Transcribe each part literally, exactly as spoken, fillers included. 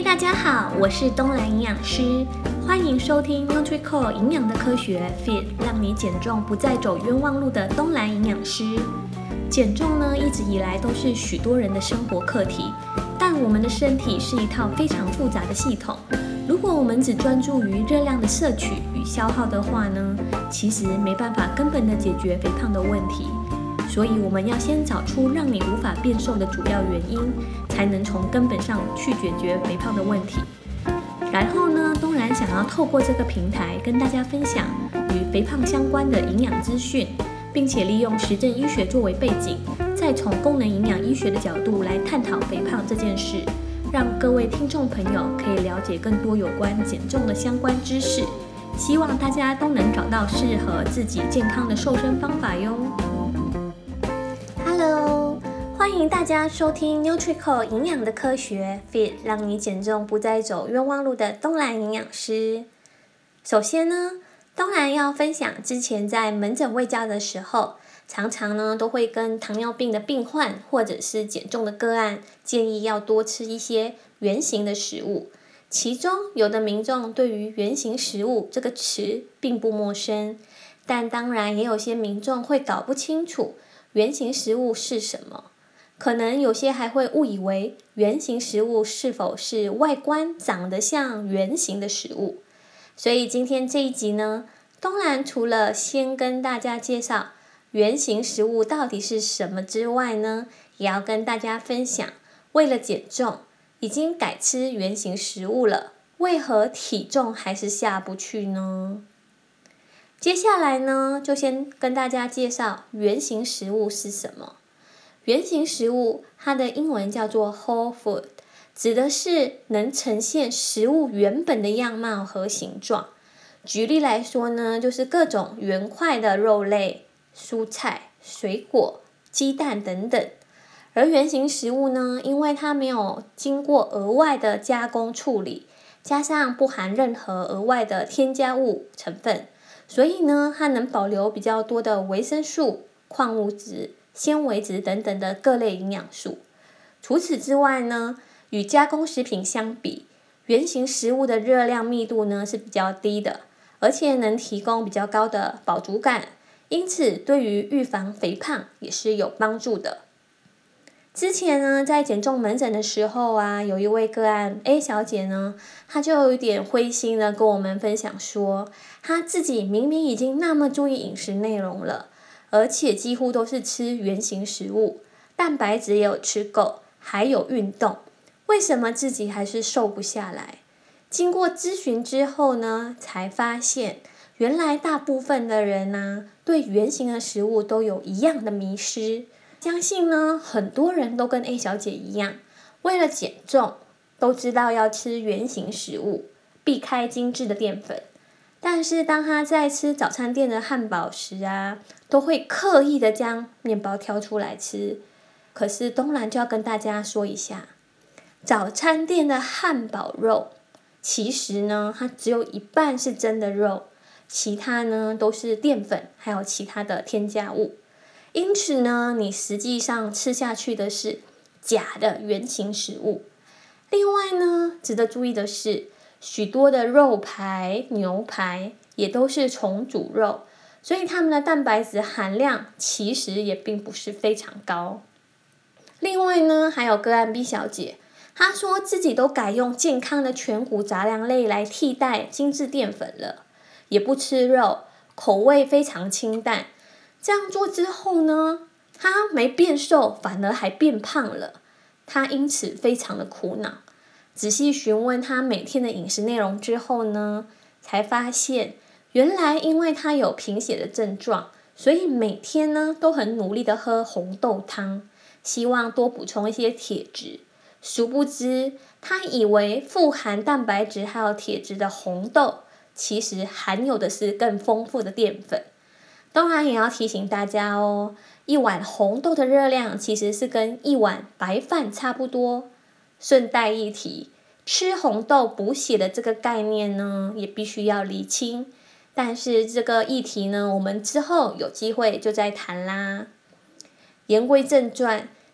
大家好，我是东兰营养师，欢迎收听 NutriCore 营养的科学 Fit， 让你减重不再走冤枉路的东兰营养师。减重呢，一直以来都是许多人的生活课题，但我们的身体是一套非常复杂的系统。如果我们只专注于热量的摄取与消耗的话呢，其实没办法根本的解决肥胖的问题。所以我们要先找出让你无法变瘦的主要原因，才能从根本上去解决肥胖的问题。然后呢，东兰想要透过这个平台跟大家分享与肥胖相关的营养资讯，并且利用实证医学作为背景，再从功能营养医学的角度来探讨肥胖这件事，让各位听众朋友可以了解更多有关减重的相关知识。希望大家都能找到适合自己健康的瘦身方法哟。Hello， 欢迎大家收听 NutriCore 营养的科学 Fit， 让你减重不再走冤枉路的东兰营养师。首先呢，东兰要分享之前在门诊卫教的时候，常常呢都会跟糖尿病的病患或者是减重的个案建议要多吃一些原型的食物。其中有的民众对于原型食物这个词并不陌生，但当然也有些民众会搞不清楚原型食物是什么，可能有些还会误以为原型食物是否是外观长得像圆形的食物。所以今天这一集呢，东兰除了先跟大家介绍原型食物到底是什么之外呢，也要跟大家分享，为了减重已经改吃原型食物了，为何体重还是下不去呢？接下来呢，就先跟大家介绍原型食物是什么。原型食物它的英文叫做 Whole Food， 指的是能呈现食物原本的样貌和形状。举例来说呢，就是各种圆块的肉类、蔬菜、水果、鸡蛋等等。而原型食物呢，因为它没有经过额外的加工处理，加上不含任何额外的添加物成分，所以呢，它能保留比较多的维生素、矿物质、纤维质等等的各类营养素。除此之外呢，与加工食品相比，原型食物的热量密度呢是比较低的，而且能提供比较高的饱足感，因此对于预防肥胖也是有帮助的。之前呢，在减重门诊的时候啊，有一位个案 A 小姐呢，她就有点灰心的跟我们分享说，她自己明明已经那么注意饮食内容了，而且几乎都是吃原型食物，蛋白质也有吃够，还有运动，为什么自己还是瘦不下来？经过咨询之后呢，才发现原来大部分的人呢、啊，对原型的食物都有一样的迷失。相信呢，很多人都跟 A 小姐一样，为了减重，都知道要吃原型食物，避开精致的淀粉。但是当她在吃早餐店的汉堡时啊，都会刻意的将面包挑出来吃。可是东兰就要跟大家说一下，早餐店的汉堡肉，其实呢，它只有一半是真的肉，其他呢都是淀粉，还有其他的添加物。因此呢，你实际上吃下去的是假的原型食物。另外呢，值得注意的是，许多的肉排、牛排也都是重组肉，所以它们的蛋白质含量其实也并不是非常高。另外呢，还有个案 B 小姐，她说自己都改用健康的全谷杂粮类来替代精致淀粉了，也不吃肉，口味非常清淡。这样做之后呢，他没变瘦，反而还变胖了。他因此非常的苦恼。仔细询问他每天的饮食内容之后呢，才发现原来因为他有贫血的症状，所以每天呢都很努力的喝红豆汤，希望多补充一些铁质。殊不知，他以为富含蛋白质还有铁质的红豆，其实含有的是更丰富的淀粉。当然也要提醒大家哦，一碗红豆的热量其实是跟一碗白饭差不多。顺带一提，吃红豆补血的这个概念呢，也必须要厘清。但是这个议题呢，我们之后有机会就再谈啦。言归正传，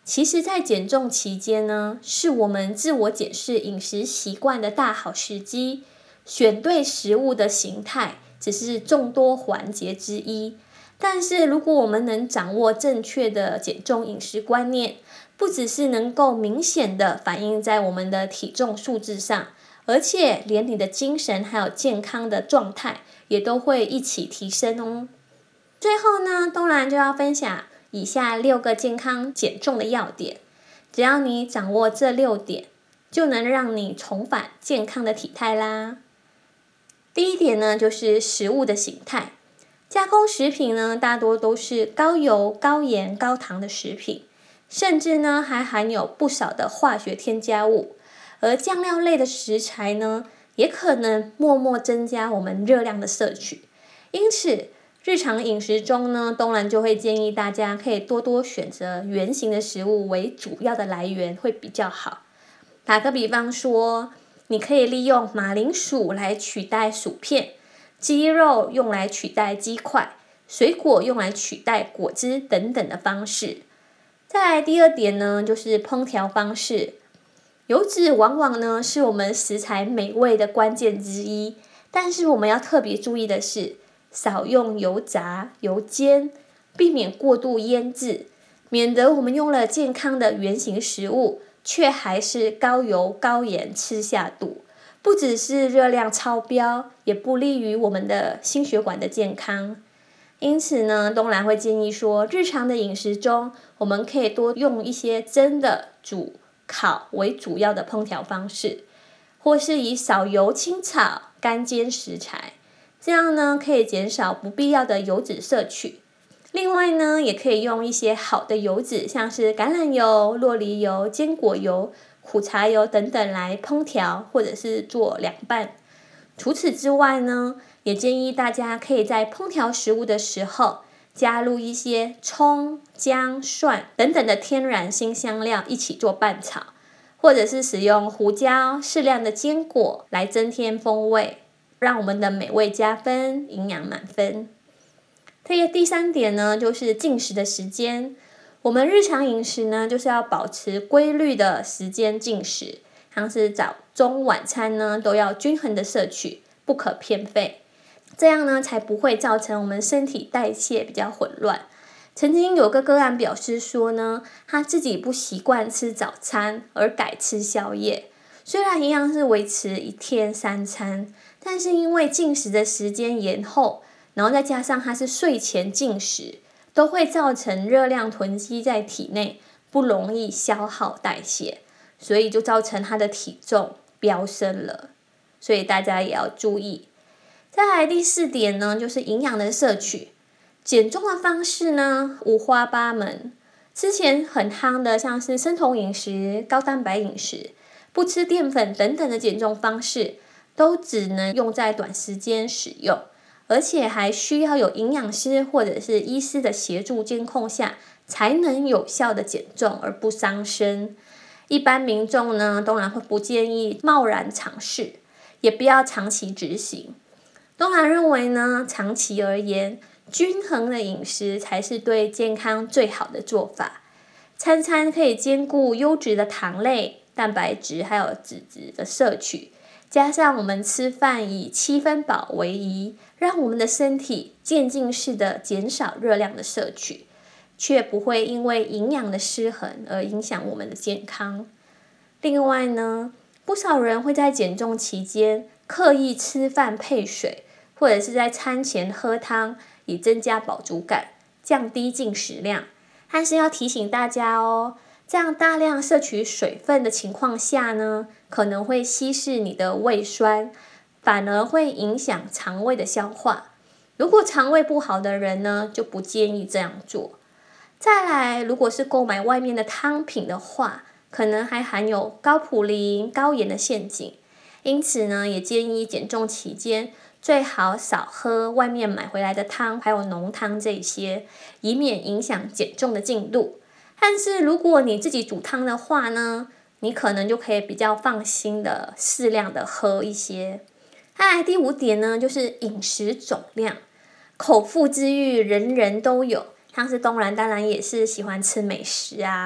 其实在减重期间呢，是我们自我检视饮食习惯的大好时机，选对食物的形态只是众多环节之一。但是如果我们能掌握正确的减重饮食观念，不只是能够明显的反映在我们的体重数字上，而且连你的精神还有健康的状态也都会一起提升哦。最后呢，东兰就要分享以下六个健康减重的要点，只要你掌握这六点，就能让你重返健康的体态啦。第一点呢，就是食物的形态。加工食品呢，大多都是高油、高盐、高糖的食品，甚至呢还含有不少的化学添加物。而酱料类的食材呢，也可能默默增加我们热量的摄取。因此，日常饮食中呢，东兰就会建议大家可以多多选择原型的食物为主要的来源，会比较好。打个比方说，你可以利用马铃薯来取代薯片，鸡肉用来取代鸡块，水果用来取代果汁等等的方式。再来第二点呢，就是烹调方式。油脂往往呢是我们食材美味的关键之一，但是我们要特别注意的是，少用油炸、油煎，避免过度腌制，免得我们用了健康的原型食物，却还是高油高盐吃下肚。不只是热量超标，也不利于我们的心血管的健康。因此呢，东兰会建议说，日常的饮食中，我们可以多用一些蒸的、煮、烤为主要的烹调方式，或是以少油清炒、干煎食材，这样呢可以减少不必要的油脂摄取。另外呢，也可以用一些好的油脂，像是橄榄油、酪梨油、坚果油、苦茶油等等来烹调，或者是做凉拌。除此之外呢，也建议大家可以在烹调食物的时候，加入一些葱、姜、蒜等等的天然辛香料一起做拌炒，或者是使用胡椒、适量的坚果来增添风味，让我们的美味加分，营养满分。这个第三点呢，就是进食的时间。我们日常饮食呢，就是要保持规律的时间进食，像是早中晚餐呢，都要均衡的摄取，不可偏废。这样呢，才不会造成我们身体代谢比较混乱。曾经有个个案表示说呢，他自己不习惯吃早餐，而改吃宵夜。虽然一样是维持一天三餐，但是因为进食的时间延后，然后再加上他是睡前进食，都会造成热量囤积在体内，不容易消耗代谢，所以就造成他的体重飙升了。所以大家也要注意。再来第四点呢，就是营养的摄取。减重的方式呢，五花八门。之前很夯的像是生酮饮食、高蛋白饮食、不吃淀粉等等的减重方式，都只能用在短时间使用，而且还需要有营养师或者是医师的协助监控下，才能有效的减重而不伤身。一般民众呢，当然会不建议贸然尝试，也不要长期执行。东兰认为呢，长期而言，均衡的饮食才是对健康最好的做法。餐餐可以兼顾优质的糖类、蛋白质还有脂质的摄取，加上我们吃饭以七分饱为宜，让我们的身体渐进式的减少热量的摄取，却不会因为营养的失衡而影响我们的健康。另外呢，不少人会在减重期间刻意吃饭配水，或者是在餐前喝汤，以增加饱足感，降低进食量。但是要提醒大家哦，这样大量摄取水分的情况下呢，可能会稀释你的胃酸，反而会影响肠胃的消化。如果肠胃不好的人呢，就不建议这样做。再来，如果是购买外面的汤品的话，可能还含有高普林、高盐的陷阱。因此呢，也建议减重期间最好少喝外面买回来的汤，还有浓汤这些，以免影响减重的进度。但是如果你自己煮汤的话呢，你可能就可以比较放心的适量的喝一些。再来第五点呢，就是饮食总量。口腹之欲人人都有，像是东兰当然也是喜欢吃美食啊，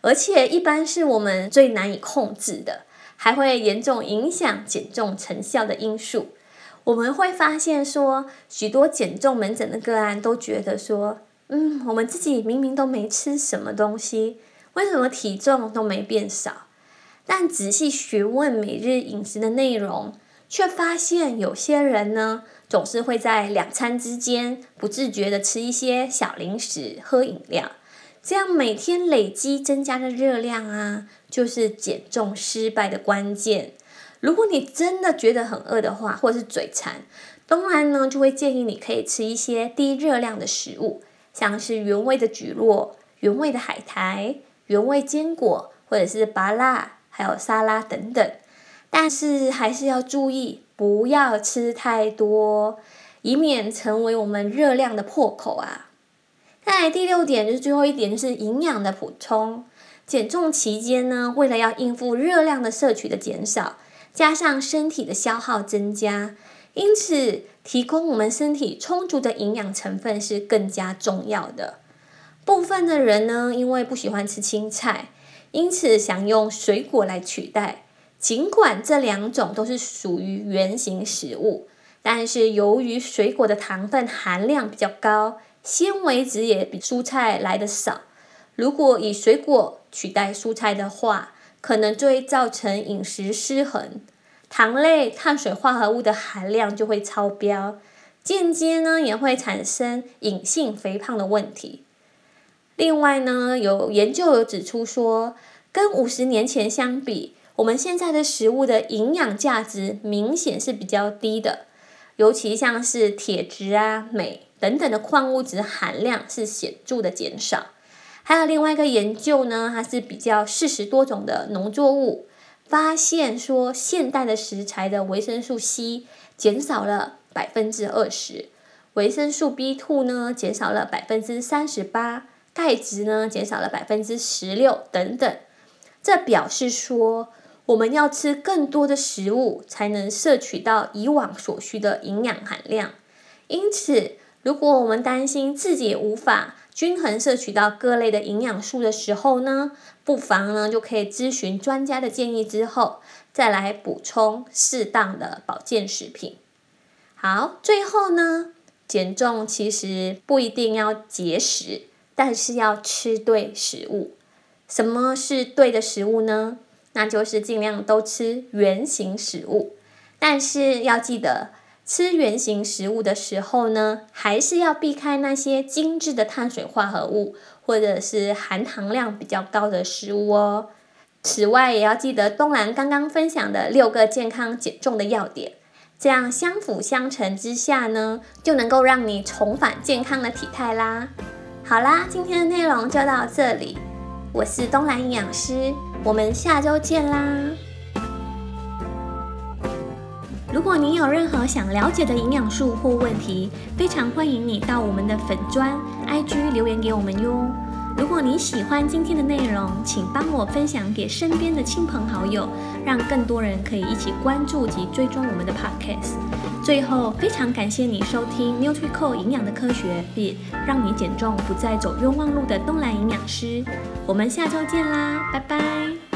而且一般是我们最难以控制的，还会严重影响减重成效的因素。我们会发现说，许多减重门诊的个案都觉得说，嗯，我们自己明明都没吃什么东西，为什么体重都没变少？但仔细询问每日饮食的内容，却发现有些人呢，总是会在两餐之间不自觉的吃一些小零食、喝饮料，这样每天累积增加的热量啊，就是减重失败的关键。如果你真的觉得很饿的话，或者是嘴馋，当然呢就会建议你可以吃一些低热量的食物，像是原味的蒟蒻、原味的海苔、原味坚果，或者是芭乐，还有沙拉等等。但是还是要注意，不要吃太多，以免成为我们热量的破口啊。再来第六点，就是最后一点，就是营养的补充。减重期间呢，为了要应付热量的摄取的减少，加上身体的消耗增加，因此提供我们身体充足的营养成分是更加重要的。部分的人呢，因为不喜欢吃青菜，因此想用水果来取代。尽管这两种都是属于原型食物，但是由于水果的糖分含量比较高，纤维质也比蔬菜来得少。如果以水果取代蔬菜的话，可能就会造成饮食失衡，糖类、碳水化合物的含量就会超标，间接呢也会产生隐性肥胖的问题。另外呢，有研究有指出说，跟五十年前相比，我们现在的食物的营养价值明显是比较低的，尤其像是铁质啊、镁等等的矿物质含量是显著的减少。还有另外一个研究呢，它是比较四十多种的农作物，发现说现代的食材的维生素 C 减少了 百分之二十， 维生素 B 二 呢减少了 百分之三十八， 钙质呢减少了 百分之十六 等等。这表示说，我们要吃更多的食物，才能摄取到以往所需的营养含量。因此，如果我们担心自己无法均衡摄取到各类的营养素的时候呢，不妨呢就可以咨询专家的建议之后，再来补充适当的保健食品。好，最后呢，减重其实不一定要节食，但是要吃对食物。什么是对的食物呢？那就是尽量都吃原型食物，但是要记得吃原型食物的时候呢，还是要避开那些精致的碳水化合物或者是含糖量比较高的食物哦。此外，也要记得东兰刚刚分享的六个健康减重的要点，这样相辅相成之下呢，就能够让你重返健康的体态啦。好啦，今天的内容就到这里，我是东兰营养师，我们下周见啦。如果你有任何想了解的营养素或问题，非常欢迎你到我们的粉专 I G 留言给我们哟。如果你喜欢今天的内容，请帮我分享给身边的亲朋好友，让更多人可以一起关注及追踪我们的 Podcast。最后，非常感谢你收听 NutriCore 营养的科学 Fit， 让你减重不再走冤枉路的东兰营养师。我们下周见啦，拜拜。